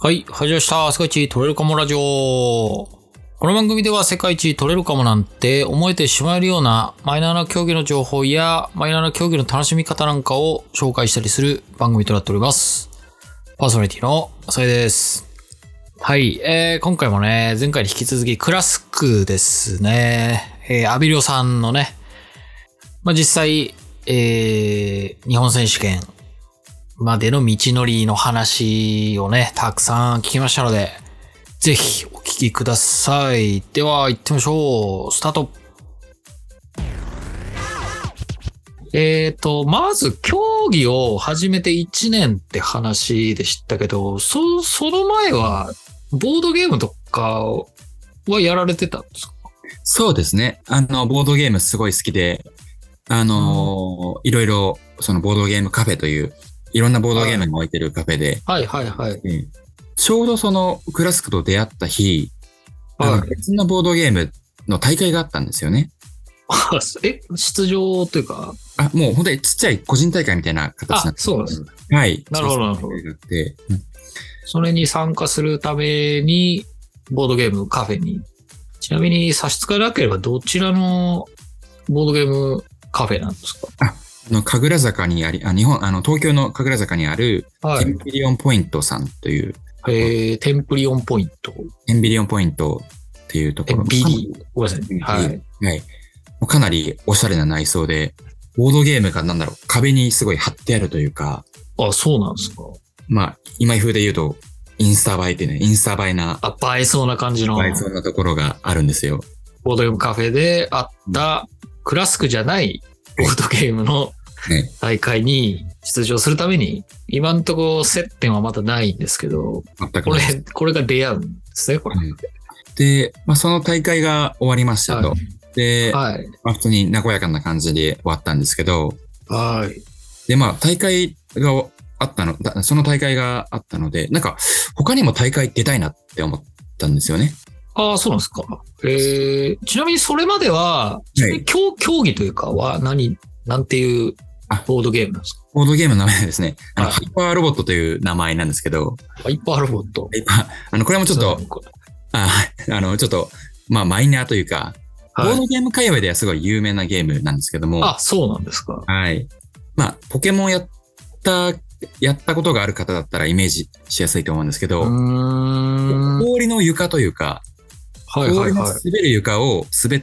はい、始まりました。世界一取れるかもラジオ。この番組では世界一取れるかもなんて思えてしまえるようなマイナーな競技の情報やマイナーな競技の楽しみ方なんかを紹介したりする番組となっております。パーソナリティの浅井です。はい、今回もね、前回に引き続きクラスクですね。アビリオさんのね、実際、日本選手権までの道のりの話をね、たくさん聞きましたので、ぜひお聞きください。では行ってみましょう。スタート。まず競技を始めて1年って話でしたけど、その前はボードゲームとかはやられてたんですか？ そうですね。ボードゲームすごい好きで、いろいろそのボードゲームカフェといういろんなボードゲームに置いてるカフェで、 はいはいはい。 ちょうどそのクラスクと出会った日、別のボードゲームの大会があったんですよね。 出場というか、 もう本当にちっちゃい個人大会みたいな形なんです。 そうなんです。 はい。 なるほどなるほど。それに参加するためにボードゲームカフェに。ちなみに差し支えなければどちらのボードゲームカフェなんですか？ 神楽坂にあり、東京の神楽坂にある、テンピリオンポイントさんという。 テンプリオンポイント。 テンビリオンポイントっていうところ。 ごめんなさい。はい。 はい。かなりおしゃれな内装で、ボードゲームが壁にすごい貼ってあるというか。 あ、そうなんですか。 今風で言うと、インスタ映えってね、インスタ映えな。 映えそうな感じの。 映えそうなところがあるんですよ。 ボードゲームカフェであったクラスクじゃないボードゲームの大会に出場するために、今のところ接点はまだないんですけど、これが出会うんですね、これ。 で、その大会が終わりましたと。で、普通に和やかな感じで終わったんですけど、 はい。 で、大会があったの、その大会があったので、他にも大会出たいなって思ったんですよね。 そうなんですか。ちなみにそれまでは、競技というかはなんていうボードゲームなんですか？ ボードゲームの名前ですね。ハイパーロボットという名前なんですけど。 ハイパーロボット。 これもちょっと、ちょっと、マイナーというか、ボードゲーム界隈ではすごい有名なゲームなんですけども。 そうなんですか。 はい。ポケモンやったことがある方だったらイメージしやすいと思うんですけど、氷の床というか、氷の滑る床を滑って、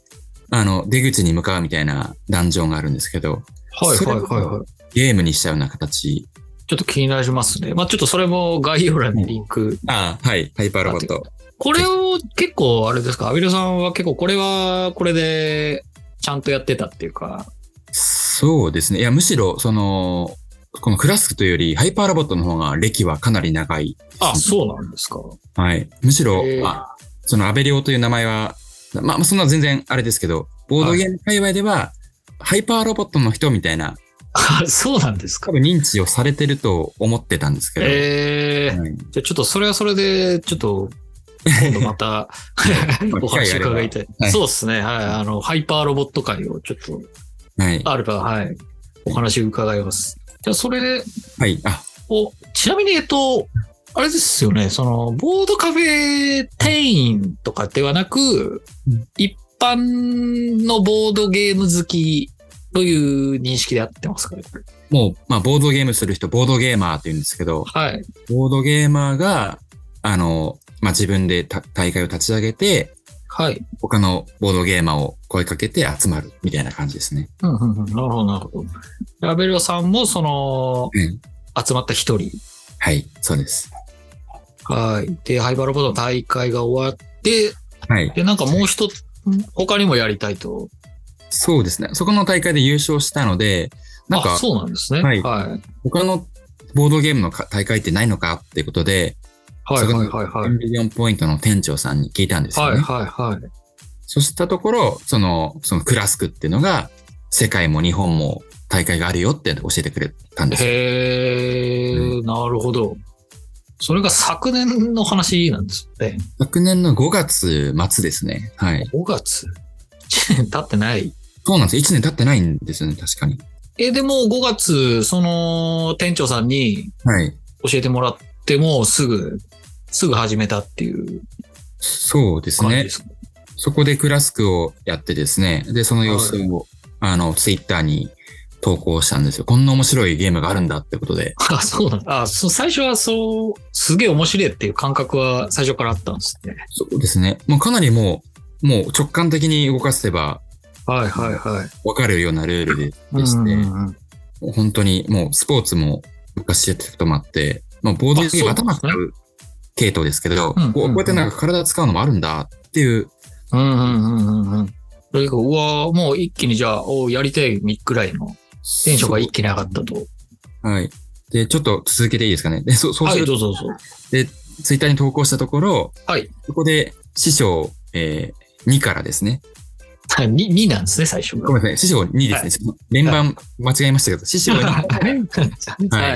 出口に向かうみたいなダンジョンがあるんですけど、ゲームにしちゃうような形。 ちょっと気になりますね。ちょっとそれも概要欄にリンク。 はい。ハイパーロボット。 これを結構あれですか？アビルさんは結構これはこれでちゃんとやってたっていうか。 そうですね。いや、むしろ、このクラスクというより、ハイパーロボットの方が歴はかなり長い、 ね。そうなんですか。 はい。むしろ、そのアベリオという名前は、そんな全然あれですけど、ボードゲーム界隈では、ハイパーロボットの人みたいな。 そうなんですか。 多分認知をされてると思ってたんですけど。 じゃあちょっとそれはそれで、ちょっと、今度またお話伺いたい。そうですね。はい。ハイパーロボット界をちょっと、あれば、お話伺います。じゃあそれで、ちなみに、あれですよね、その、ボードカフェ店員とかではなく、一般のボードゲーム好きという認識で合ってますかね？ もう、ボードゲームする人、ボードゲーマーって言うんですけど、ボードゲーマーが、自分で大会を立ち上げて、他のボードゲーマーを声かけて集まるみたいな感じですね。 なるほど、なるほど。ラベルさんも、その、集まった一人。 はい、そうです。 で、ハイパーロボットの大会が終わって、で、もう一つ、他にもやりたいと。 そうですね。そこの大会で優勝したので、 そうなんですね。 他のボードゲームの大会ってないのかっていうことで、テンビリオンポイントの店長さんに聞いたんですよね。そしたところ、そのクラスクっていうのが、世界も日本も大会があるよって教えてくれたんですよ。 なるほど。それが昨年の話なんですね。 昨年の5月末ですね。 5月 ?1 年経ってない。 そうなんです。1年経ってないんですよね、確かに。 でも5月、その店長さんに教えてもらってもうすぐ始めたっていうそうですね。 感じですか？ そこでクラスクをやってですね。で、その様子を、ツイッターに投稿したんですよ。こんな面白いゲームがあるんだってことで。 あ、そうなんだ。最初はすげえ面白いっていう感覚は最初からあったんですね。 そうですね。もうかなりもう直感的に動かせば、 はいはいはい。 わかるようなルールでして、本当にもうスポーツも昔やってたこともあって、ボードゲーム頭使う系統ですけど、こうやってなんか体使うのもあるんだっていう。 うわもう一気にじゃあ、やりたいくらいのテンションが一気に上がったと。 はい。で、ちょっと続けていいですかね。で、そうすると、はい、 どうぞ。 で、ツイッターに投稿したところ、 はい。 そこで師匠、2からですね。 2なんですね、最初。 ごめんなさい。師匠2ですね。はい、連番間違えましたけど、師匠2はい。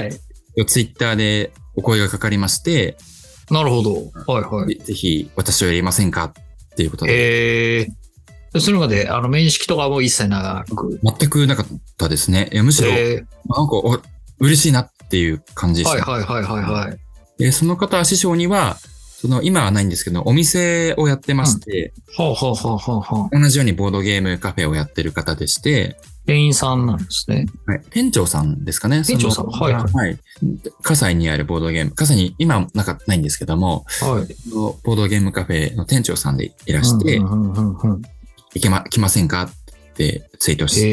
ツイッターでお声がかかりまして、 なるほど。はいはい。 ぜひ私をやりませんかっていうことで。 それまで、面識とかも一切なく。 全くなかったですね。むしろ、なんか、嬉しいなっていう感じでした。 はい。 で、その方、師匠には、今はないんですけど、お店をやってまして、同じようにボードゲームカフェをやってる方でして、 店員さんなんですね。 はい。店長さんですかね。 店長さん。はい。 葛西にあるボードゲーム、葛西に今ないんですけども、 はい。 ボードゲームカフェの店長さんでいらして、来ませんかってツイートして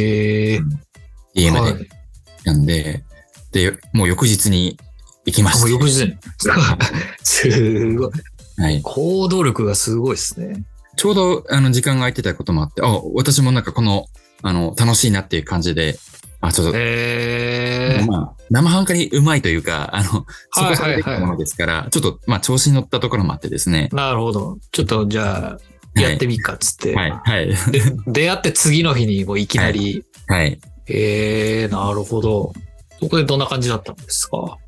、DM で。なんで、もう翌日に行きました。 翌日に。すごい。 はい。 行動力がすごいですね。 ちょうど、時間が空いてたこともあって、私もなんか楽しいなっていう感じで、ちょっと、生半可にうまいというか、そこそこできたものですから、ちょっと、調子に乗ったところもあってですね。 なるほど。ちょっと、じゃあ、やってみっかっつって。 はい。 で、出会って次の日にもういきなり。 はい。 なるほど。そこでどんな感じだったんですか？ はい。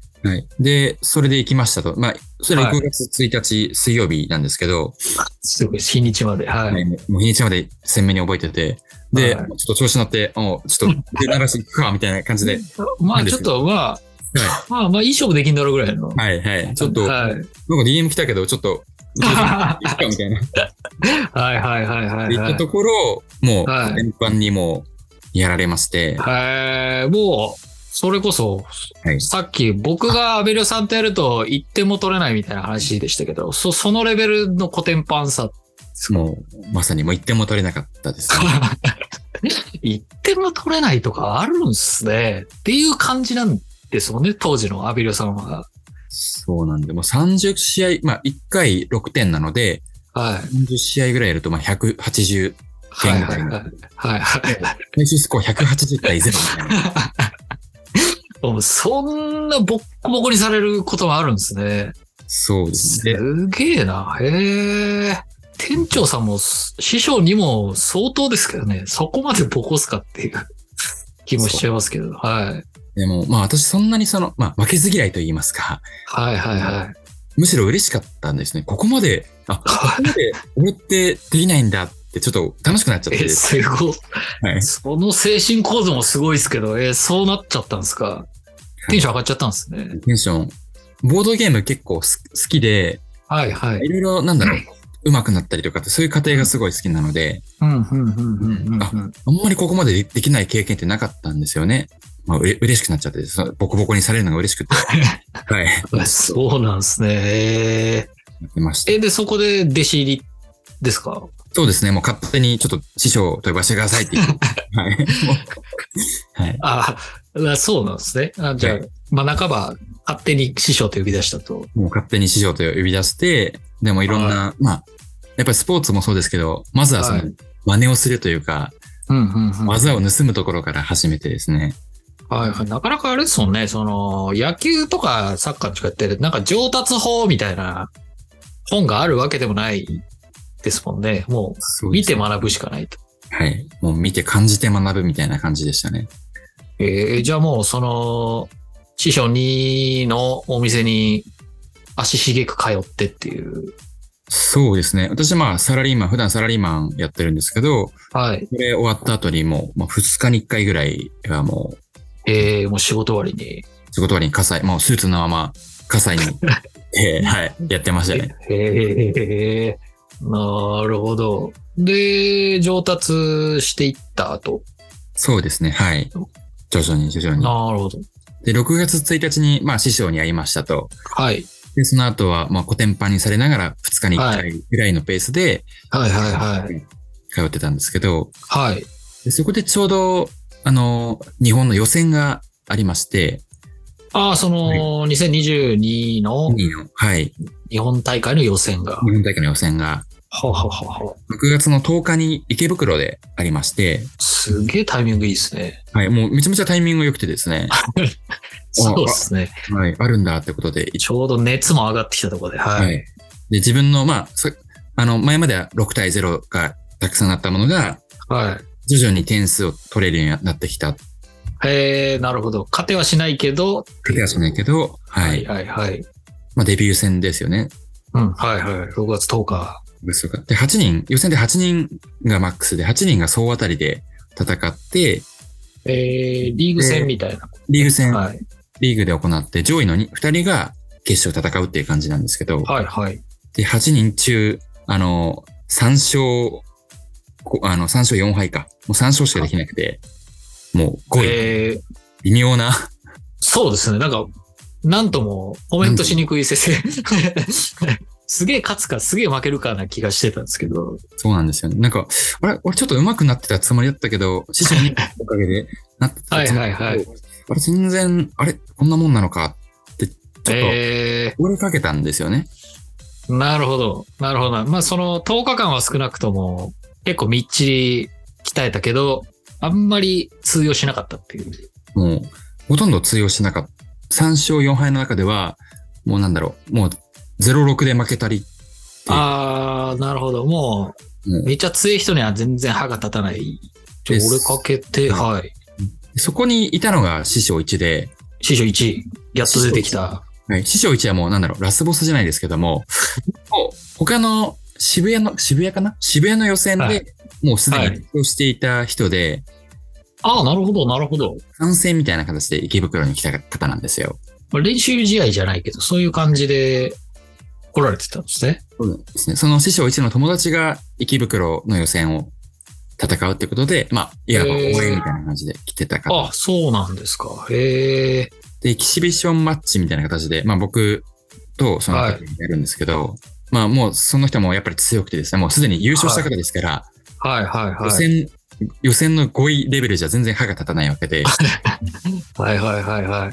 で、それで行きましたと。それ6月1日水曜日なんですけど。 すごい、日にちまで。はい。 もう日にちまで鮮明に覚えてて。で、ちょっと調子乗って、ちょっと出流し行くか、みたいな感じで。 ちょっと、いい勝負できんだろうぐらいの。 はい。ちょっと、なんか DM 来たけど、ちょっと、行くか、みたいな。 はい。 行ったところ、もう、全般にもう、やられまして。 もう、それこそ、さっき僕がアベリオさんとやると1点も取れないみたいな話でしたけど、そのレベルのコテンパンさ。 もう、まさにもう1点も取れなかったですね。 1点も取れないとかあるんすね。っていう感じなんですもんね、当時のアベリオさんは。 そうなんで、もう30試合、1回6点なので、30試合ぐらいやると、180点ぐらい。最終スコア180対0みたいな。 そんなボッコボコにされることもあるんですね。 そうですね。 すげえな。店長さんも師匠にも相当ですけどね。そこまでボコすかっていう気もしちゃいますけど。はい。 でも、私そんなに負けず嫌いと言いますか。むしろ嬉しかったんですね。ここまで俺ってできないんだってちょっと楽しくなっちゃって。 すごい。その精神構造もすごいですけど、そうなっちゃったんですか。テンション上がっちゃったんですね。 テンション。ボードゲーム結構好きで、いろいろ上手くなったりとかって、そういう過程がすごい好きなので、あんまりここまでできない経験ってなかったんですよね。嬉しくなっちゃって、ボコボコにされるのが嬉しくて。 そうなんですね。 やってました。 で、そこで弟子入りですか？ そうですね。もう勝手にちょっと師匠と呼ばせてくださいって言って。 そうなんですね。じゃあ、半ば勝手に師匠と呼び出したと。 もう勝手に師匠と呼び出して、でもいろんな、やっぱりスポーツもそうですけど、まずはその真似をするというか、技を盗むところから始めてですね。 なかなかあれですもんね。野球とかサッカーとかやってる、なんか上達法みたいな本があるわけでもないですもんね。もう見て学ぶしかないと。 はい。もう見て感じて学ぶみたいな感じでしたね。 じゃあもう師匠2のお店に足しげく通ってっていう。 そうですね。私普段サラリーマンやってるんですけど、これ終わった後にもう、2日に1回ぐらいはもう、 もう仕事終わりに葛西、もうスーツのまま葛西に、はい、やってましたね。 へえ、なるほど。で、上達していった後。 そうですね。はい。徐々に。 なるほど。 で、6月1日に、まあ、師匠に会いましたと。 はい。 で、その後は、まあ、コテンパンにされながら、2日に1回ぐらいのペースで、 はいはいはい。 通ってたんですけど、 はい。 でそこでちょうど、日本の予選がありまして、 その、2022の、 はい。 日本大会の予選が。 日本大会の予選が、6月の10日に池袋でありまして、 すげえタイミングいいですね。 はい、もうめちゃめちゃタイミング良くてですね。 そうですね。 はい、あるんだってことで。 ちょうど熱も上がってきたところで、はい。 で、自分の、まあ、前までは6対0がたくさんあったものが、 はい。 徐々に点数を取れるようになってきた。 なるほど。勝てはしないけど。 勝てはしないけど、はい。 はいはいはい。 まあ、デビュー戦ですよね。 うん、はいはい。6月10日。 で、8人、予選で8人がマックスで、8人が総当たりで戦って、 リーグ戦みたいな。 リーグ戦、 はい、 リーグで行って、上位の2人が決勝戦うっていう感じなんですけど、 はいはい。 で、8人中、3勝4敗か。もう3勝しかできなくて、もう5位。微妙な。 そうですね。なんともコメントしにくい先生。すげえ勝つかすげえ負けるかな気がしてたんですけど。 そうなんですよね。俺ちょっと上手くなってたつもりだったけど、師匠のおかげでなってたつもりだけど、はいはいはい。全然、こんなもんなのかって、ちょっと、追いかけたんですよね。 なるほど。なるほど。まあ、その10日間は少なくとも結構みっちり鍛えたけど、あんまり通用しなかったっていう。 もう、ほとんど通用しなかった。3勝4敗の中では、もうもう0-6で負けたり。 なるほど。もう、めっちゃ強い人には全然歯が立たない。俺かけて、はい。 そこにいたのが師匠1で。 師匠1、やっと出てきた。 はい。師匠1はもうラスボスじゃないですけども、他の渋谷の予選で、もうすでに出場していた人で、 なるほど、なるほど。 参戦みたいな形で池袋に来た方なんですよ。 練習試合じゃないけど、そういう感じで来られてたんですね。 そうですね。その師匠1の友達が池袋の予選を戦うってことで、まあ、いわば応援みたいな感じで来てた方。 そうなんですか。で、 エキシビションマッチみたいな形で、まあ僕とその方やるんですけど、まあもうその人もやっぱり強くてですね、もうすでに優勝した方ですから、予選の5位レベルじゃ全然歯が立たないわけで。 はい。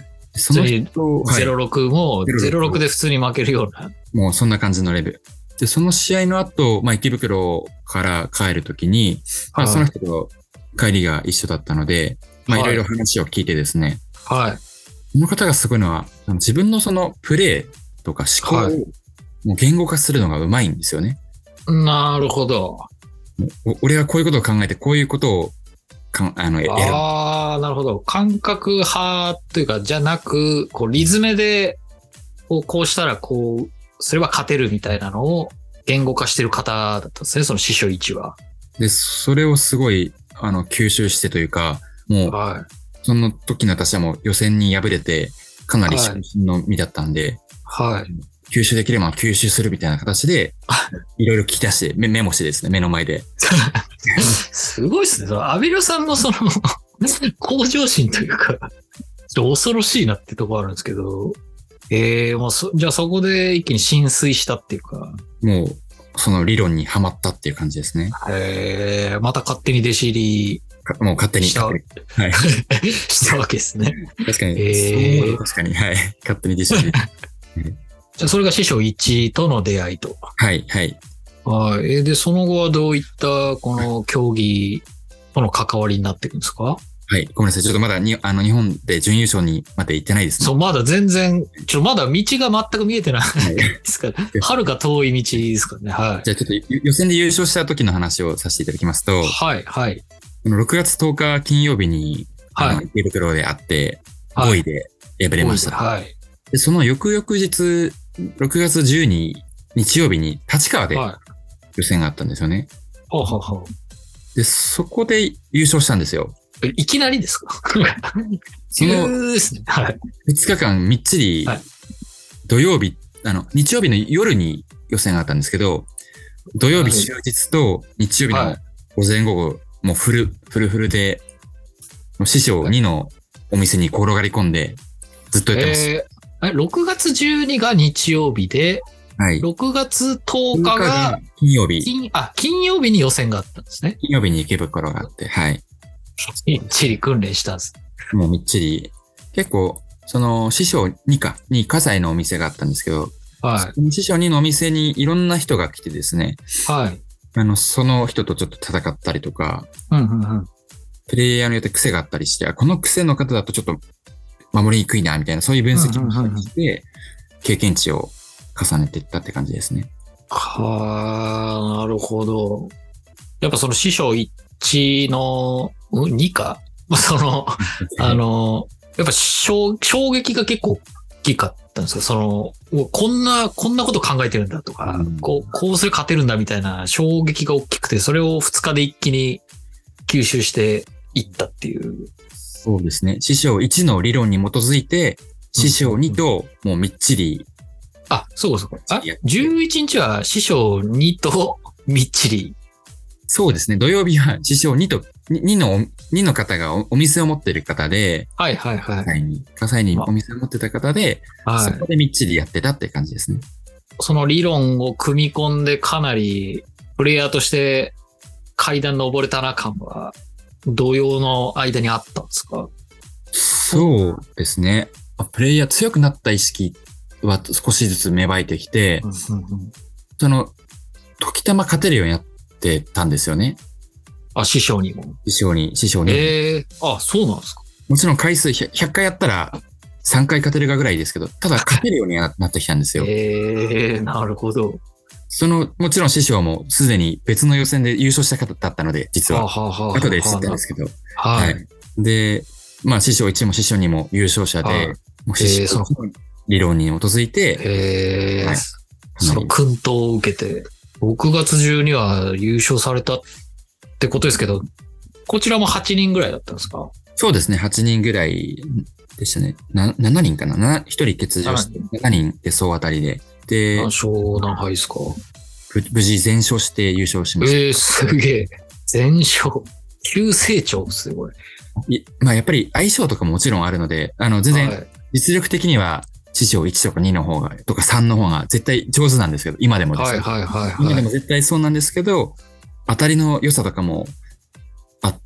その人、06も06で普通に負けるような。 もうそんな感じのレベル。で、その試合の後、まあ池袋から帰るときに、まあその人と帰りが一緒だったので、まあいろいろ話を聞いてですね。 はい。 この方がすごいのは、自分のそのプレーとか思考をもう言語化するのがうまいんですよね。 なるほど。 俺はこういうことを考えて、こういうことをやる。 なるほど。感覚派というか、じゃなく、リズムで、こうしたらこうすれば勝てるみたいなのを言語化してる方だったんですね、その師匠1は。 で、それをすごい、吸収してというか、もう、その時の私はもう予選に敗れて、かなり心身の身だったんで、吸収できれば吸収するみたいな形で、いろいろ聞き出して、メモしてですね、目の前で。 すごいですね。アビルさんのその、向上心というか、恐ろしいなってところあるんですけど、もうじゃあそこで一気に浸水したっていうか。 もう、その理論にはまったっていう感じですね。 また勝手に弟子入り。 もう勝手に。 したわけですね。 確かに。確かに。はい。勝手に弟子入り。 じゃあそれが師匠1との出会いと。 はい。 で、その後はどういったこの競技との関わりになっていくんですか？ はい。ごめんなさい。ちょっとまだ日本で準優勝にまで行ってないですね。 そう、まだ全然、まだ道が全く見えてないですから、遥か遠い道ですからね。はい。 じゃあちょっと予選で優勝した時の話をさせていただきますと。 はい。 この6月10日金曜日に、池袋で会って、5位で敗れました。で、その翌々日、6月12日曜日に立川で予選があったんですよね。で、そこで優勝したんですよ。 いきなりですか？ その2日間みっちり土曜日、日曜日の夜に予選があったんですけど、土曜日終日と日曜日の午前午後、もうフルで、師匠2のお店に転がり込んで、ずっとやってます。 6月12が日曜日で、 はい、 6月10日が金曜日。 金曜日に予選があったんですね。 金曜日に池袋があって、はい。 みっちり訓練したんです。 もうみっちり。結構、師匠2に葛西のお店があったんですけど、 はい。 その師匠2のお店にいろんな人が来てですね、 はい。 その人とちょっと戦ったりとか、 うんプレイヤーによって癖があったりして、この癖の方だとちょっと守りにくいな、みたいな、そういう分析をして、経験値を重ねていったって感じですね。 はあ、なるほど。やっぱその師匠1の、2かやっぱ衝撃が結構大きかったんですよ。こんなこと考えてるんだとか、こうすれ勝てるんだみたいな衝撃が大きくて、それを2日で一気に吸収していったっていう。 そうですね。師匠1の理論に基づいて、師匠2ともうみっちり。 そう。11日は師匠2とみっちり。 そうですね。土曜日は師匠2の方がお店を持ってる方で、 はい。 葛西にお店を持ってた方で、そこでみっちりやってたって感じですね。 その理論を組み込んでかなりプレイヤーとして階段登れたな感は同様の間にあったんですか？ そうですね。プレイヤー強くなった意識は少しずつ芽生えてきて、時たま勝てるようになってたんですよね。 師匠にも。 師匠に。そうなんですか。 もちろん回数100回やったら3回勝てるかぐらいですけど、ただ勝てるようになってきたんですよ。 なるほど。 もちろん師匠もすでに別の予選で優勝した方だったので、実は。後で知ったんですけど。 はい。 で、師匠1も師匠2も優勝者で、師匠の理論に基づいて、 その薫陶を受けて、6月中には優勝されたってことですけど、こちらも8人ぐらいだったんですか？ そうですね、8人ぐらいでしたね。7人かな ?1 人欠場して、7人で総当たりで。で、 何勝何敗ですか？ 無事全勝して優勝しました。 すげえ。全勝。急成長ですね、これ。 やっぱり相性とかももちろんあるので、全然実力的には師匠1とか2の方が、とか3の方が絶対上手なんですけど、今でもですね。今でも絶対そうなんですけど、当たりの良さとかもあって、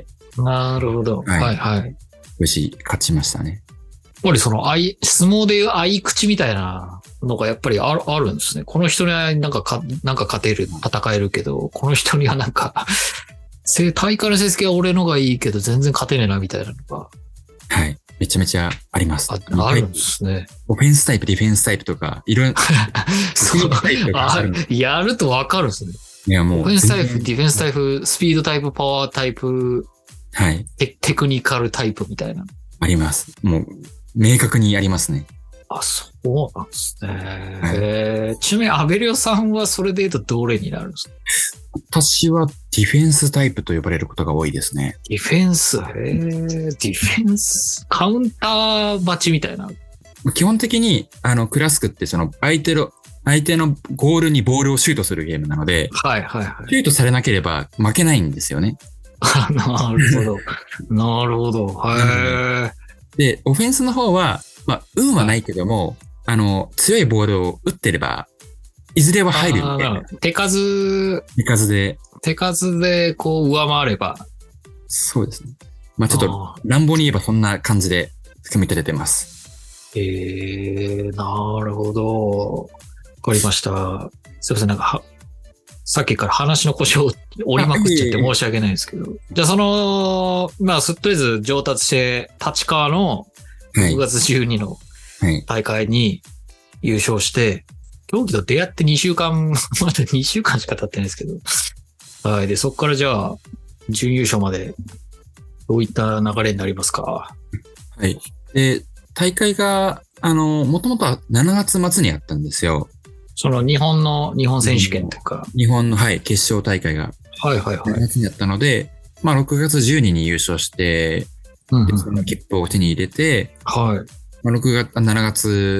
なるほど。 無事勝ちましたね。 やっぱり相撲でいう相口みたいなのがやっぱりあるんですね。この人にはなんか勝てる、戦えるけど、この人にはなんか、大会の成績は俺のがいいけど全然勝てねえなみたいなのが。 はい。めちゃめちゃあります。 あるんですね。 オフェンスタイプ、ディフェンスタイプとか、いろいろ。 やるとわかるんですね。 いやもう。 オフェンスタイプ、ディフェンスタイプ、スピードタイプ、パワータイプ、 はい。 テクニカルタイプみたいな。 あります。もう、明確にありますね。 そうなんですね。ちなみに、アベリオさんはそれで言うとどれになるんですか？ 私はディフェンスタイプと呼ばれることが多いですね。 ディフェンス、ディフェンス、カウンター待ちみたいな。 基本的に、クラスクって相手のゴールにボールをシュートするゲームなので、 シュートされなければ負けないんですよね。 なるほど。なるほど。 で、オフェンスの方は、運はないけども、強いボールを打ってれば、いずれは入るみたいな。 手数でこう上回れば。 そうですね。ちょっと乱暴に言えばそんな感じで組み立ててます。 なるほど。わかりました。すいません、さっきから話の腰を折りまくっちゃって申し訳ないんですけど。じゃあとりあえず上達して、立川の6月12の大会に優勝して、競技と出会って2週間、まだ2週間しか経ってないですけど。はい。で、そこからじゃあ、準優勝まで、どういった流れになりますか？ はい。で、大会が、もともとは7月末にあったんですよ。 日本選手権というか。 日本の、決勝大会が。7月にあったので、6月12日に優勝して、でその切符を手に入れて、 7月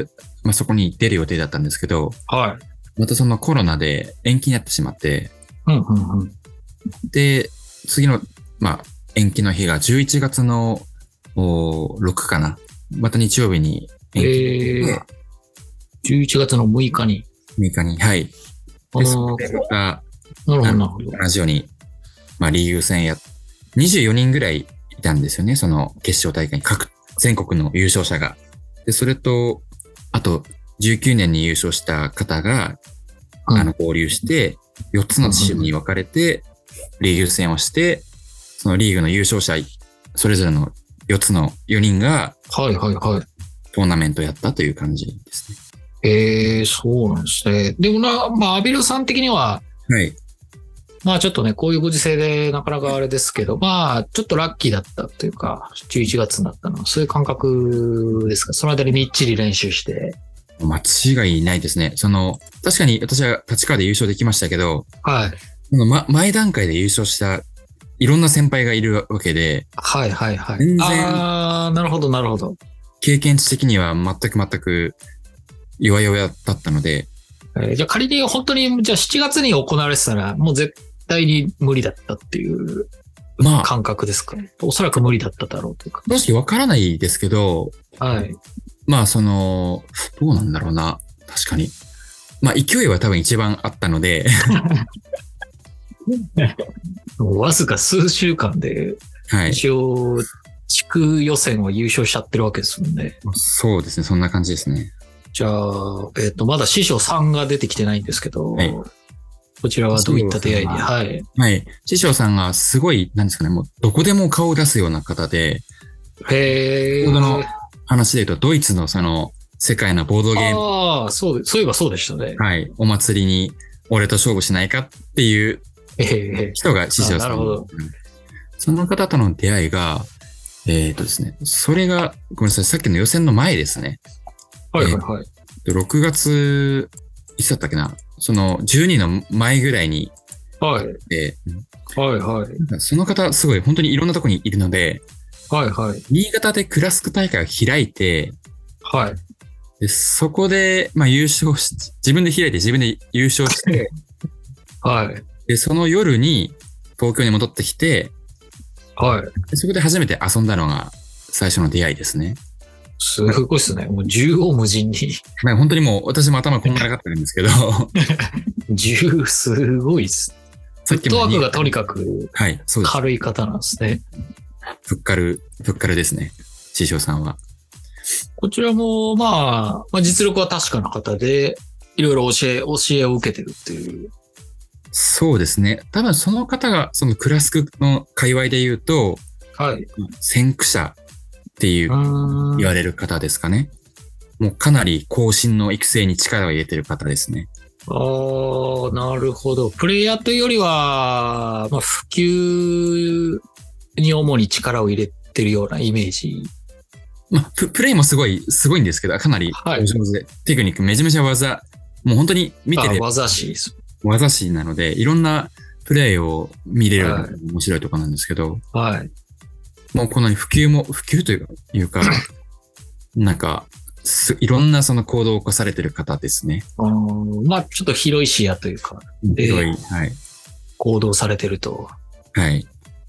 まあ、そこに出る予定だったんですけど、 はい。 またそのコロナで延期になってしまって、 うんうんうん。 で、次の、まあ、延期の日が11月の6かな。また日曜日に延期で、 11月の6日に。 6日に、はい。で、そこでまた、 なるほど、なるほど。 同じように、まあ、リーグ戦24人ぐらいいたんですよね。その決勝大会に全国の優勝者が。で、それと、あと、19年に優勝した方が、合流して、4つのチームに分かれて、リーグ戦をして、そのリーグの優勝者、それぞれの4つの4人が、 はいはいはい。 トーナメントやったという感じですね。 そうなんですね。でもまあ、アビルさん的には、 はい。 まあちょっとね、こういうご時世でなかなかあれですけど、まあちょっとラッキーだったというか、11月になったのは、そういう感覚ですか？その間にみっちり練習して。 間違いないですね。確かに私は立川で優勝できましたけど、 はい。 前段階で優勝したいろんな先輩がいるわけで、 はいはいはい。 全然、 なるほどなるほど。 経験値的には全く弱々だったので。 じゃあ仮に本当に、じゃあ7月に行われてたら、もう絶対に無理だったっていう感覚ですか？おそらく無理だっただろうというか。 正直わからないですけど、 はい。 まあどうなんだろうな。確かに。まあ勢いは多分一番あったので。 わずか数週間で、一応、地区予選を優勝しちゃってるわけですもんね。 そうですね。そんな感じですね。 じゃあ、まだ師匠さんが出てきてないんですけど、はい、こちらはどういった出会いで、はい。 はい。師匠さんがすごい、なんですかね、もうどこでも顔を出すような方で、 へー。 先ほどの話で言うと、ドイツの世界のボードゲーム。 ああ、そういえばそうでしたね。 はい。お祭りに俺と勝負しないかっていう人が師匠さん。 なるほど。 その方との出会いが、ですね、それが、ごめんなさい、さっきの予選の前ですね。 はいはいはい。 6月、いつだったっけな、12の前ぐらいに。 はい。はいはい。 その方、すごい本当にいろんなとこにいるので、 はいはい。 新潟でクラスク大会を開いて、 はい。 でそこで、まあ優勝し、自分で開いて自分で優勝して、 はい。 で、その夜に東京に戻ってきて、 はい。 でそこで初めて遊んだのが最初の出会いですね。 すごいっすね。もう縦横無尽に。 本当にもう私も頭こんがらがってるんですけど。 すごいっす。フットワークがとにかく軽い方なんですね。 ふっかるですね。師匠さんは。 こちらも、まあ、実力は確かな方で、いろいろ教えを受けてるっていう。 そうですね。多分その方が、そのクラスクの界隈で言うと、 はい。 先駆者っていう言われる方ですかね。もうかなり後進の育成に力を入れてる方ですね。 ああ、なるほど。プレイヤーというよりは、まあ、普及に主に力を入れてるようなイメージ。 まあ、プレイもすごいんですけど、かなりお上手で、テクニックめちゃめちゃもう本当に見てる。 技師です。 技師なので、いろんなプレイを見れるのが面白いところなんですけど、 はい。 もうこの普及というか、なんか、いろんなその行動を起こされてる方ですね。 まあ、ちょっと広い視野というか、 広い、はい。 行動されてると。 はい。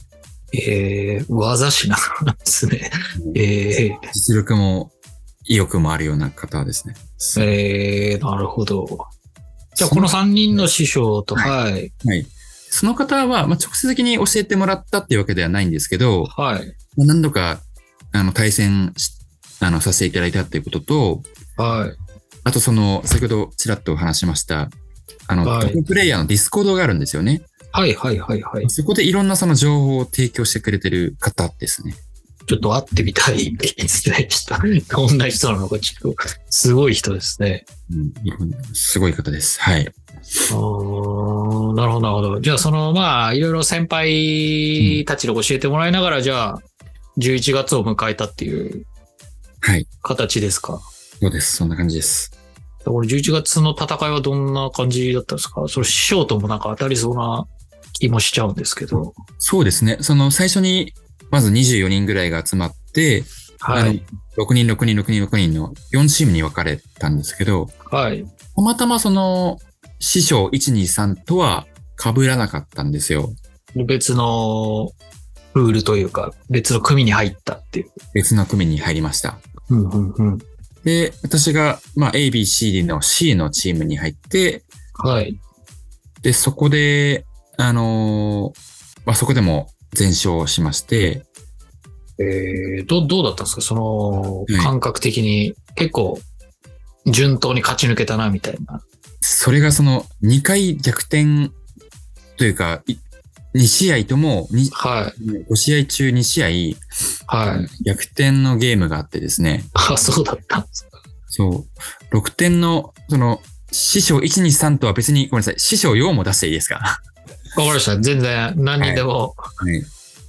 技師なんですね。 実力も意欲もあるような方ですね。 なるほど。じゃあ、この3人の師匠と、はい。 はい。その方は、まあ、直接的に教えてもらったっていうわけではないんですけど、 はい。 何度か、対戦させていただいたっていうことと、 はい。 あと先ほどちらっと話しました、トッププレイヤーのディスコードがあるんですよね。 はいはいはいはい。 そこでいろんなその情報を提供してくれてる方ですね。 ちょっと会ってみたいですね。どんな人なのか、ちょっと、すごい人ですね。 すごい方です。はい。 なるほど、なるほど。じゃあ、まあ、いろいろ先輩たちに教えてもらいながら、じゃあ、11月を迎えたっていう形ですか？ そうです。そんな感じです。 これ11月の戦いはどんな感じだったんですか？それ師匠ともなんか当たりそうな気もしちゃうんですけど。 そうですね。最初に、まず24人ぐらいが集まって、 はい。 6人、6人、6人、6人の4チームに分かれたんですけど、 はい。 たまたまその、師匠1、2、3とは被らなかったんですよ。 別のルールというか、別の組に入ったっていう。 別の組に入りました。 うんうんうん。 で、私が、まあ、A、B、C、D の C のチームに入って、 はい。 で、そこで、まあ、そこでも全勝しまして、 どうだったんですかその、 はい感覚的に結構順当に勝ち抜けたなみたいな。 それがその2回逆転というか、2試合ともはい。 5試合中2試合、 はい。 逆転のゲームがあってですね。 あ、そうだったんですか。 そう。6点の、その、師匠1、2、3とは別に、ごめんなさい。師匠4も出していいですか？ わかりました。全然何人でもはい。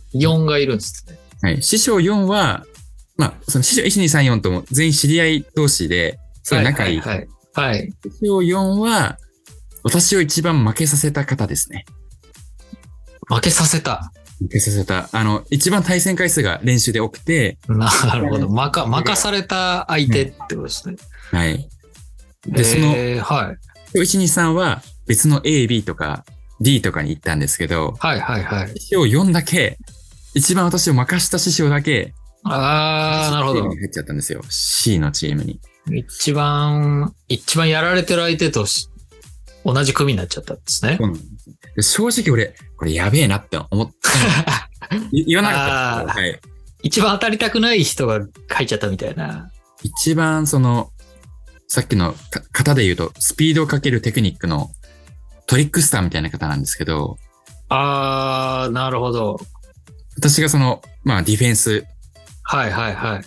4がいるんですね。 はい。師匠4は、まあ、その師匠1、2、3、4とも全員知り合い同士で、すごい仲いい。 はい。はい。 師匠4は、私を一番負けさせた方ですね。 負けさせた。 負けさせた。一番対戦回数が練習で多くて、 なるほど。任された相手ってことですね。 はい。で、その、 はい。 1、2、3は別の A、B とか D とかに行ったんですけど、 はいはいはい。 師匠4だけ、一番私を任した師匠だけ、 ああ、なるほど。 入っちゃったんですよ。C のチームに。 一番やられてる相手と同じ組になっちゃったんですね。 そうなんですで正直俺、これやべえなって思ったの。言わなかった。はい。 一番当たりたくない人が書いちゃったみたいな。 一番その、さっきの型で言うと、スピードをかけるテクニックのトリックスターみたいな方なんですけど、 あー、なるほど。 私がその、まあディフェンス、 はいはいはい。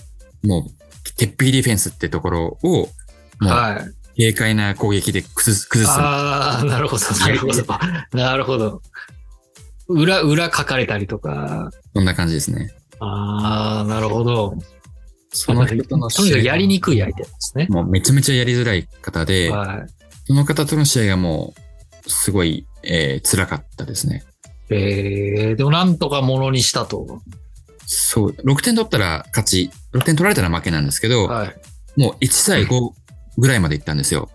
もう、鉄壁ディフェンスってところを、もう、はい、軽快な攻撃で崩す。 あー、なるほど、なるほど。なるほど。裏書かれたりとか。 そんな感じですね。 あー、なるほど。 その人との試合。とにかくやりにくい相手ですね。 もうめちゃめちゃやりづらい方で、 はい、 その方との試合がもう、すごい、辛かったですね。 でもなんとかものにしたと。 そう、6点取ったら勝ち、6点取られたら負けなんですけど、はい、もう1対5ぐらいまでいったんですよ。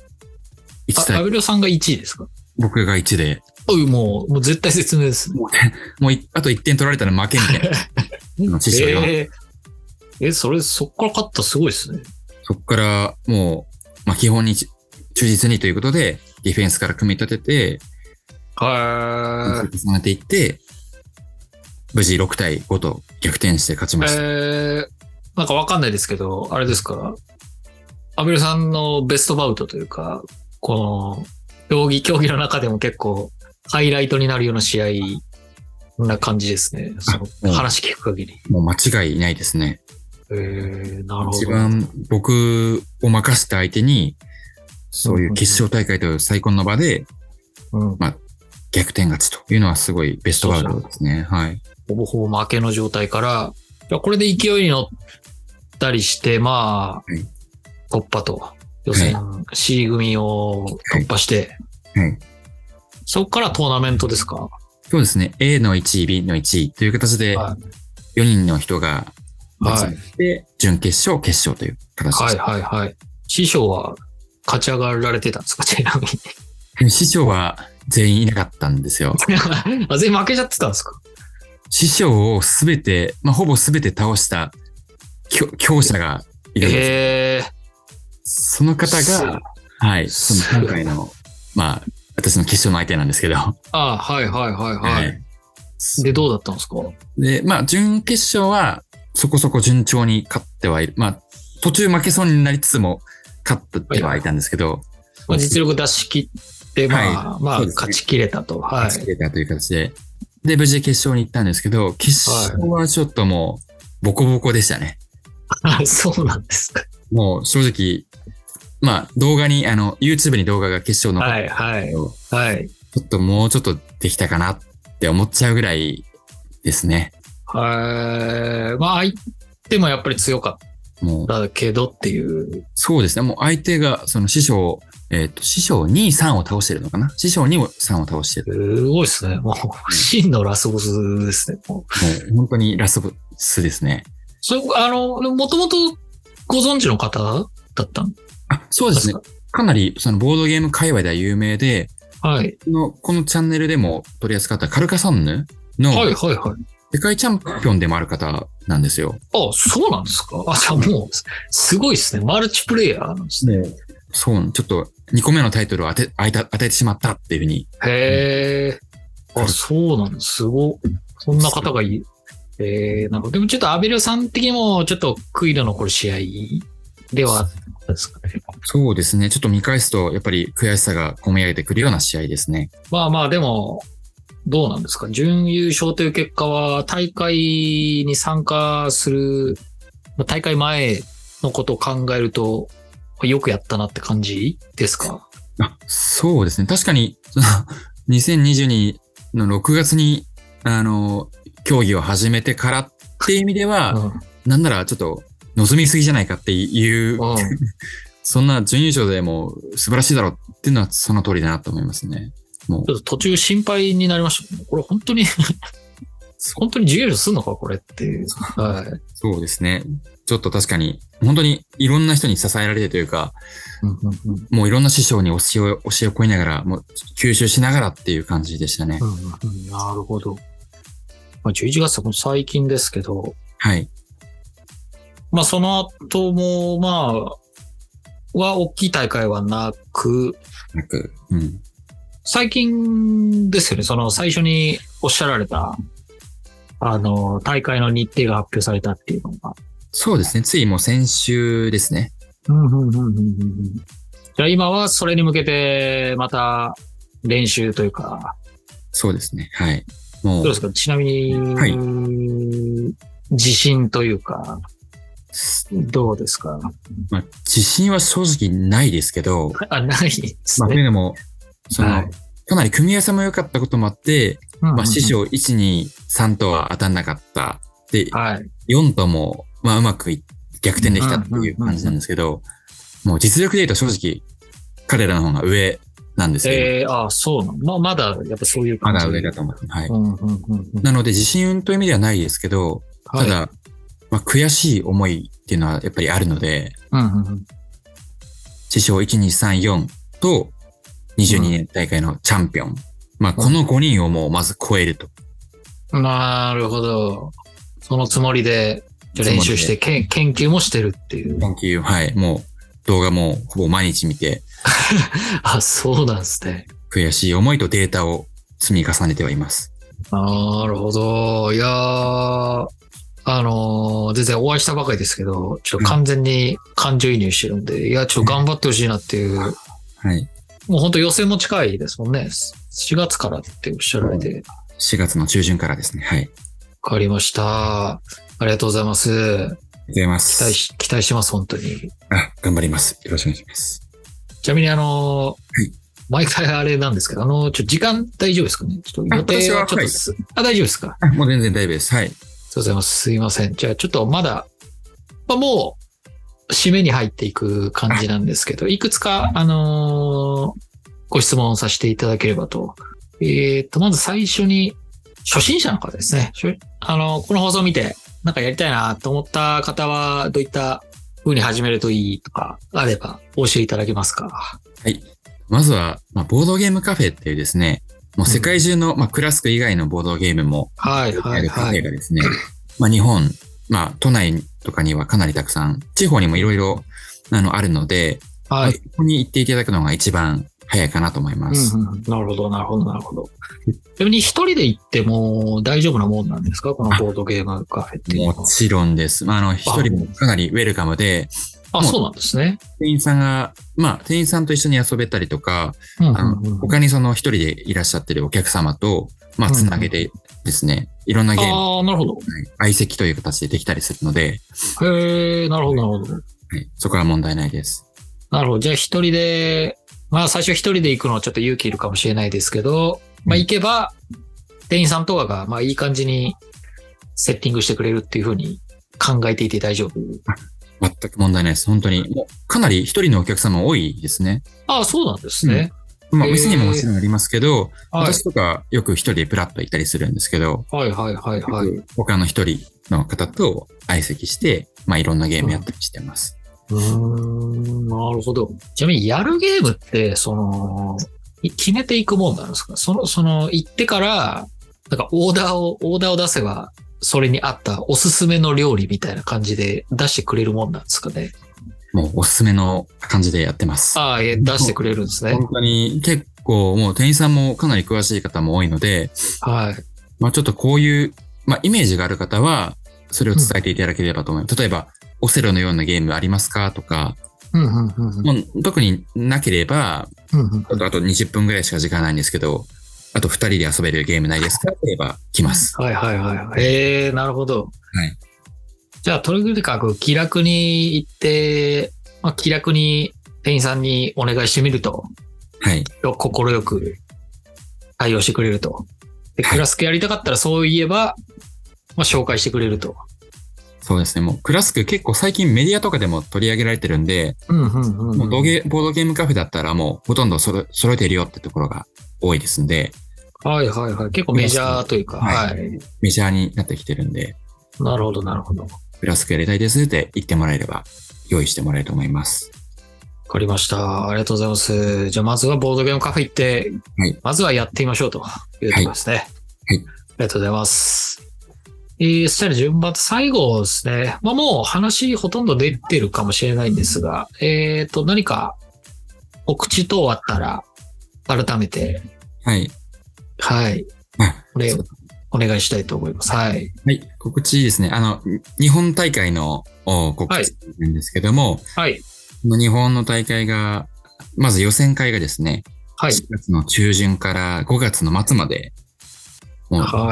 1対5。アベリオさんが1位ですか？ 僕が1で。 もう絶対説明です。 もうあと1点取られたら負けみたいな。 そっから勝ったらすごいですね。 そっからもう、まあ、基本に忠実にということで、ディフェンスから組み立てて、重ねていって、無事6対5と逆転して勝ちました。 なんかわかんないですけど、あれですか、アベルさんのベストバウトというか、この競技の中でも結構ハイライトになるような試合な感じですね。その話聞く限り。 もう間違いないですね。 なるほど。 一番僕を任せた相手に、そういう決勝大会という最高の場で、まあ、逆転勝ちというのはすごいベストバウトですね。はい。 ほぼほぼ負けの状態から、これで勢いに乗ったりして、まあ、突破と。予選 C 組を突破して、そこからトーナメントですか？ そうですね。A の1位、B の1位という形で、4人の人が集まって、準決勝、決勝という形です。 はいはいはい。師匠は勝ち上がられてたんですか？ちなみに。師匠は全員いなかったんですよ。 全員負けちゃってたんですか？ 師匠をすべて、まあ、ほぼすべて倒した強者がいるんです。その方が、はい、その今回の、まあ、私の決勝の相手なんですけど。 はいはいはいはい。で、どうだったんですか？ で、まあ、準決勝はそこそこ順調に勝ってはいる。まあ、途中負けそうになりつつも勝ってはいたんですけど。 まあ、実力出し切って、まあ、勝ち切れたと。 勝ち切れたという形で。で、無事決勝に行ったんですけど、決勝はちょっともう、ボコボコでしたね。 そうなんですか。 もう正直、まあ動画に、YouTube に動画が決勝の。 はいはいはい。 ちょっともうちょっとできたかなって思っちゃうぐらいですね。 まあ相手もやっぱり強かったけどっていう。 そうですね。もう相手が、その師匠2、3を倒してるのかな？師匠2、3を倒してる。 すごいですね。もう、真のラスボスですね。 もう本当にラスボスですね。 もともとご存知の方だったんそうですね。かなり、そのボードゲーム界隈では有名で、 はい。 このチャンネルでも取り扱ったカルカソンヌの、 はいはいはい。 世界チャンピオンでもある方なんですよ。 あ、そうなんですか。じゃあもう、すごいですね。マルチプレイヤーなんですね。 そう、ちょっと2個目のタイトルを与えてしまったっていうふうに。 へえ。そうなんです。すご。そんな方がいい。なんかでもちょっとアベルさん的にもちょっと悔いの残る試合ではあったですかね。 そうですね。ちょっと見返すと、やっぱり悔しさが込み上げてくるような試合ですね。 まあまあでも、どうなんですか。準優勝という結果は大会に参加する、大会前のことを考えると、よくやったなって感じですか？ そうですね。確かに、2022の6月に、競技を始めてからっていう意味では、なんならちょっと望みすぎじゃないかっていう、そんな準優勝でも素晴らしいだろうっていうのはその通りだなと思いますね。もうちょっと途中心配になりましたね。これ本当に本当に準優勝すんのかこれっていう。はい。 そうですね。ちょっと確かに、本当にいろんな人に支えられてというか、もういろんな師匠に教えを請いながら、もう吸収しながらっていう感じでしたね。 なるほど。11月は最近ですけど、 はい。 まあその後も、大きい大会はなく、最近ですよね、その最初におっしゃられた、大会の日程が発表されたっていうのが。 そうですね。ついもう先週ですね。 じゃあ今はそれに向けてまた練習というか。 そうですね。はい。 もう。どうですか？ちなみに、はい、自信というか、どうですか？ 自信は正直ないですけど。 ないですね。 というのも、かなり組み合わせも良かったこともあって、師匠1、2、3とは当たんなかった。で、4とも、うまく逆転できたっていう感じなんですけど、もう実力で言うと正直、彼らの方が上なんですけど。 そうなの。まだ、やっぱそういう感じ。 まだ上だと思います。はい。なので、自信という意味ではないですけど、ただ、悔しい思いっていうのはやっぱりあるので、師匠1、2、3、4と、22年大会のチャンピオン。この5人をもうまず超えると。 なるほど。そのつもりで練習して研究もしてるっていう。 研究、はい。もう動画もほぼ毎日見て。 そうなんですね。 悔しい思いとデータを積み重ねてはいます。 なるほど。いやー、全然お会いしたばかりですけど、ちょっと完全に感情移入してるんで、いや、ちょっと頑張ってほしいなっていう。はい。もう本当予選も近いですもんね。4月からっておっしゃられて。 4月の中旬からですね。はい。 わかりました。ありがとうございます。ありがとうございます。 期待してます、本当に。 頑張ります。よろしくお願いします。 ちなみに毎回あれなんですけど、時間大丈夫ですかね？ちょっと予定はちょっと、大丈夫ですか？ もう全然大丈夫です。はい。ありがとうございます。すいません。じゃあちょっとまだ、もう、締めに入っていく感じなんですけど、いくつか、ご質問させていただければと。まず最初に、初心者の方ですね。この放送を見て、なんかやりたいなと思った方は、どういった風に始めるといいとか、あれば、お教えいただけますか？ はい。まずは、ボードゲームカフェっていうですね、もう世界中の、クラスク以外のボードゲームも、やるカフェがですね、日本、都内とかにはかなりたくさん、地方にもいろいろ、あるので、ここに行っていただくのが一番早いかなと思います。 なるほど、なるほど、なるほど。ちなみに一人で行っても大丈夫なもんなんですか？このボードゲームカフェっていうのは。 もちろんです。一人もかなりウェルカムで、 そうなんですね。 店員さんが、店員さんと一緒に遊べたりとか、他にその一人でいらっしゃってるお客様と、つなげてですね、いろんなゲーム。 なるほど。 相席という形でできたりするので。 へー、なるほど、なるほど。 はい、そこは問題ないです。 なるほど。じゃあ一人で、最初一人で行くのはちょっと勇気いるかもしれないですけど、行けば、店員さんとかが、いい感じにセッティングしてくれるっていうふうに考えていて大丈夫？ 全く問題ないです。本当に。もうかなり一人のお客様多いですね。 そうなんですね。 店にももちろんありますけど、私とかよく一人でプラッと行ったりするんですけど、他の一人の方と相席して、まあいろんなゲームやったりしてます。 なるほど。ちなみにやるゲームって、決めていくもんなんですか？行ってから、なんかオーダーを出せば、それに合ったおすすめの料理みたいな感じで出してくれるもんなんですかね？ もうおすすめの感じでやってます。 ああ、出してくれるんですね。 本当に結構もう店員さんもかなり詳しい方も多いので、 はい。 まあちょっとこういう、まあイメージがある方は、それを伝えていただければと思います。例えば、オセロのようなゲームありますかとか、もう特になければ、あと20分ぐらいしか時間ないんですけど、あと2人で遊べるゲームないですかと言えば来ます。 はい。なるほど。 はい。 じゃあ、とにかく気楽に行って、まあ、気楽に店員さんにお願いしてみると、 はい。 心よく対応してくれると。で、クラスクやりたかったらそう言えば、まあ、紹介してくれると。 そうですね。もうクラスク結構最近メディアとかでも取り上げられてるんで、もうボードゲームカフェだったらもうほとんど揃えてるよってところが多いですんで。 はい。結構メジャーというか、はい。 メジャーになってきてるんで。 なるほど。 クラスクやりたいですって言ってもらえれば用意してもらえると思います。 わかりました。ありがとうございます。じゃあまずはボードゲームカフェ行って、はい、まずはやってみましょうというところですね。はい。ありがとうございます。そしたら順番最後ですね。まあもう話ほとんど出てるかもしれないんですが、何か告知等あったら改めて。 はい。 はい。お願いしたいと思います。はい。 はい。告知ですね。日本大会の告知なんですけども、 はい。 日本の大会が、まず予選会がですね、はい。4月の中旬から5月の末まで、もう、はい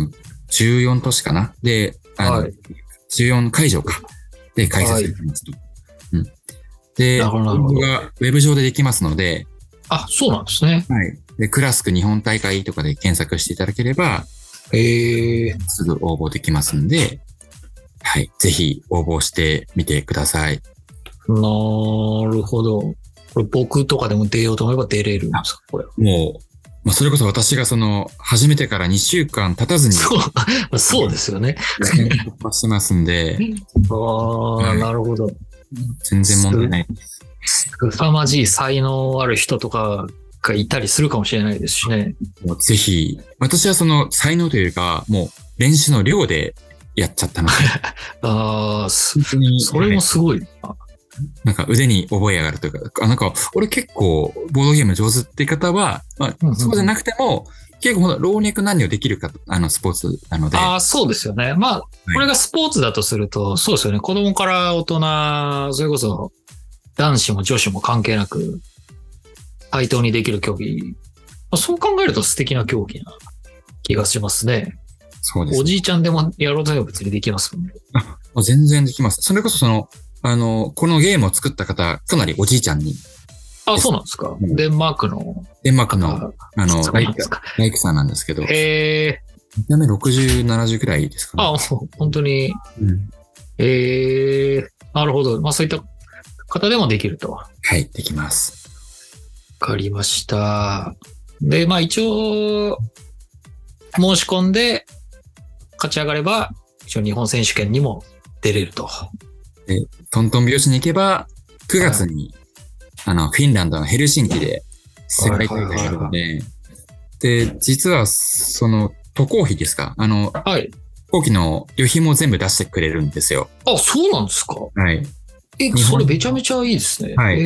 。14都市かなで、はい。14会場か。で、開催されてますと。はい、うん。で、応募がウェブ上でできますので、 あ、そうなんですね。 はい。で、クラスク日本大会とかで検索していただければ、すぐ応募できますんで、はい。ぜひ応募してみてください。 なるほど。これ僕とかでも出ようと思えば出れるんですか？これ。 もう、それこそ私が始めてから2週間経たずに。 そうですよね。 突破してますんで。 なるほど。 全然問題ないです。 凄まじい才能ある人とかがいたりするかもしれないですしね。 もうぜひ、私は才能というか、もう練習の量でやっちゃったので。 それもすごい。 なんか腕に覚え上がるというか、なんか俺結構ボードゲーム上手って方は、まあ、そうじゃなくても、結構老若男女できるか、スポーツなので。 そうですよね。まあ、これがスポーツだとすると、そうですよね。子供から大人、それこそ男子も女子も関係なく、対等にできる競技。そう考えると素敵な競技な気がしますね。 そうです、ね。 おじいちゃんでもやろうと思えば別にできますもんね。 全然できます。それこそこのゲームを作った方、かなりおじいちゃんに。 そうなんですか。デンマークの、 ライクさんなんですけど。見た目60、70くらいですかね。 本当に。なるほど。まあそういった方でもできると。 はい、できます。 わかりました。で、まあ一応、申し込んで、勝ち上がれば、一応日本選手権にも出れると。 で、トントン拍子に行けば、9月に、フィンランドのヘルシンキで世界大会があるので、で、実は、渡航費ですかはい。 飛行機の旅費も全部出してくれるんですよ。 そうなんですか？ はい。 それめちゃめちゃいいですね。 はい。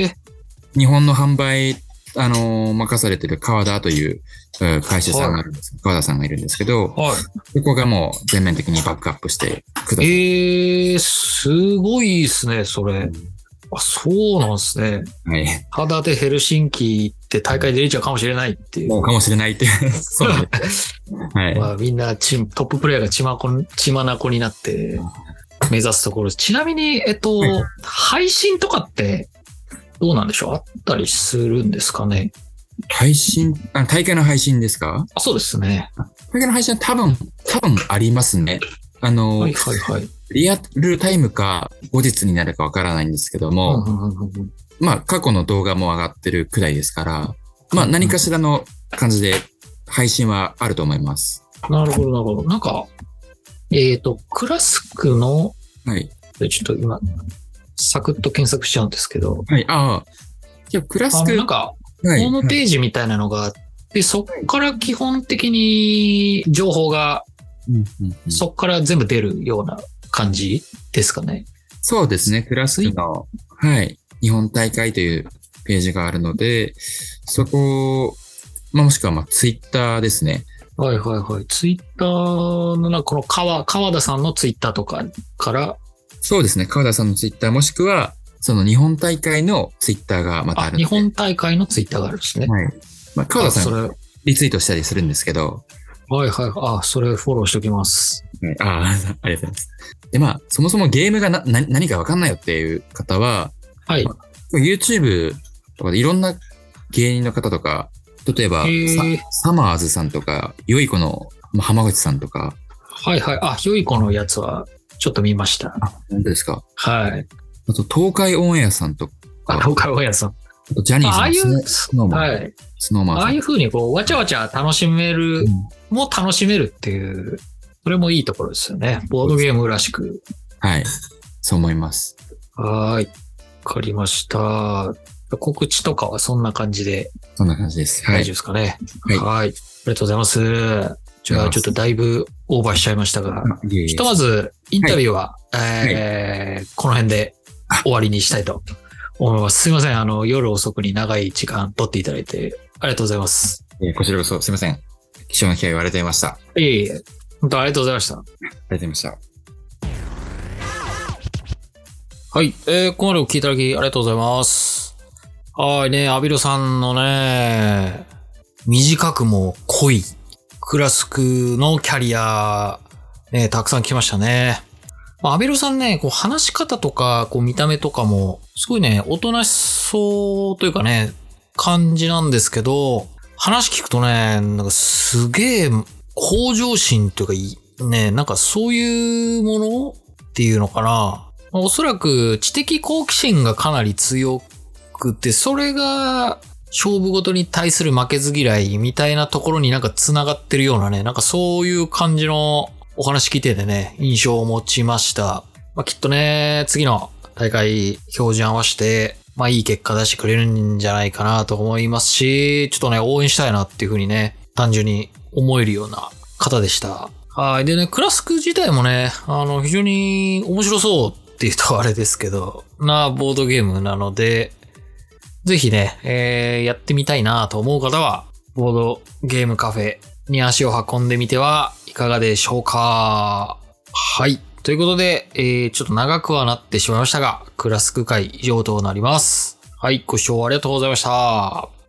日本の販売、任されてる川田という会社さんがあるんです、川田さんがいるんですけど、はい。そこがもう全面的にバックアップしてください。 すごいですね、それ。そうなんですね。 はい。 ただでヘルシンキって大会出れちゃうかもしれないっていう。 もうかもしれないって。そうなんです。はい。 まあみんなトッププレイヤーが血まなこになって目指すところです。ちなみに、配信とかってどうなんでしょう？あったりするんですかね？ 配信、大会の配信ですか？ そうですね。 大会の配信は多分ありますね。 はい。 リアルタイムか後日になるかわからないんですけども、まあ過去の動画も上がってるくらいですから、まあ何かしらの感じで配信はあると思います。 なるほど。なんか、 クラスクの、 はい。 ちょっと今、サクッと検索しちゃうんですけど。 はい。ああ。いや、クラスク。 なんか、ホームページみたいなのがあって、そっから基本的に情報が、そっから全部出るような感じですかね。 そうですね。クラスクの、はい。日本大会というページがあるので、そこ、もしくはツイッターですね。 はいはいはい。ツイッターのこの川田さんのツイッターとかから。 そうですね。川田さんのツイッターもしくは、その日本大会のツイッターがまたある。 日本大会のツイッターがあるんですね。はい。 川田さんリツイートしたりするんですけど。 はいはい。それフォローしておきます。 はい、ありがとうございます。で、そもそもゲームが何かわかんないよっていう方は、 はい。 YouTube とかでいろんな芸人の方とか、例えば、サマーズさんとか、よいこの浜口さんとか。 はいはい。よいこのやつはちょっと見ました。 本当ですか？ はい。 あと、東海オンエアさんとか。 東海オンエアさん。 あと、ジャニーズのスノーマン。 はい。 スノーマンさん。 ああいう風にわちゃわちゃ楽しめる、も楽しめるっていう、それもいいところですよね。ボードゲームらしく。 はい。そう思います。 はい。わかりました。告知とかはそんな感じで。 そんな感じです。 大丈夫ですかね。はい。ありがとうございます。じゃあちょっとだいぶオーバーしちゃいましたが、ひとまずインタビューは、この辺で終わりにしたいと思います。すいません。夜遅くに長い時間取っていただいてありがとうございます。 こちらこそすいません。貴重な機会をありがとうございました。 いえいえ。本当ありがとうございました。 ありがとうございました。 はい。ここまでお聞きいただきありがとうございます。はいね、アビロさんのね、短くも濃いクラスクのキャリア、ね、たくさん来ましたね。アビロさんね、話し方とか、見た目とかも、すごいね、おとなしそうというかね、感じなんですけど、話聞くとね、すげえ向上心というか、ね、そういうものっていうのかな。おそらく知的好奇心がかなり強くて、それが勝負ごとに対する負けず嫌いみたいなところに繋がってるようなね、そういう感じのお話聞いててね、印象を持ちました。きっとね、次の大会標準合わせて、いい結果出してくれるんじゃないかなと思いますし、ちょっとね、応援したいなっていう風にね、単純に思えるような方でした。はい。でね、クラスク自体もね、非常に面白そうっていうとあれですけど、ボードゲームなので、ぜひね、やってみたいなと思う方は、ボードゲームカフェに足を運んでみてはいかがでしょうか。はい。ということで、ちょっと長くはなってしまいましたが、クラスク会以上となります。はい。ご視聴ありがとうございました。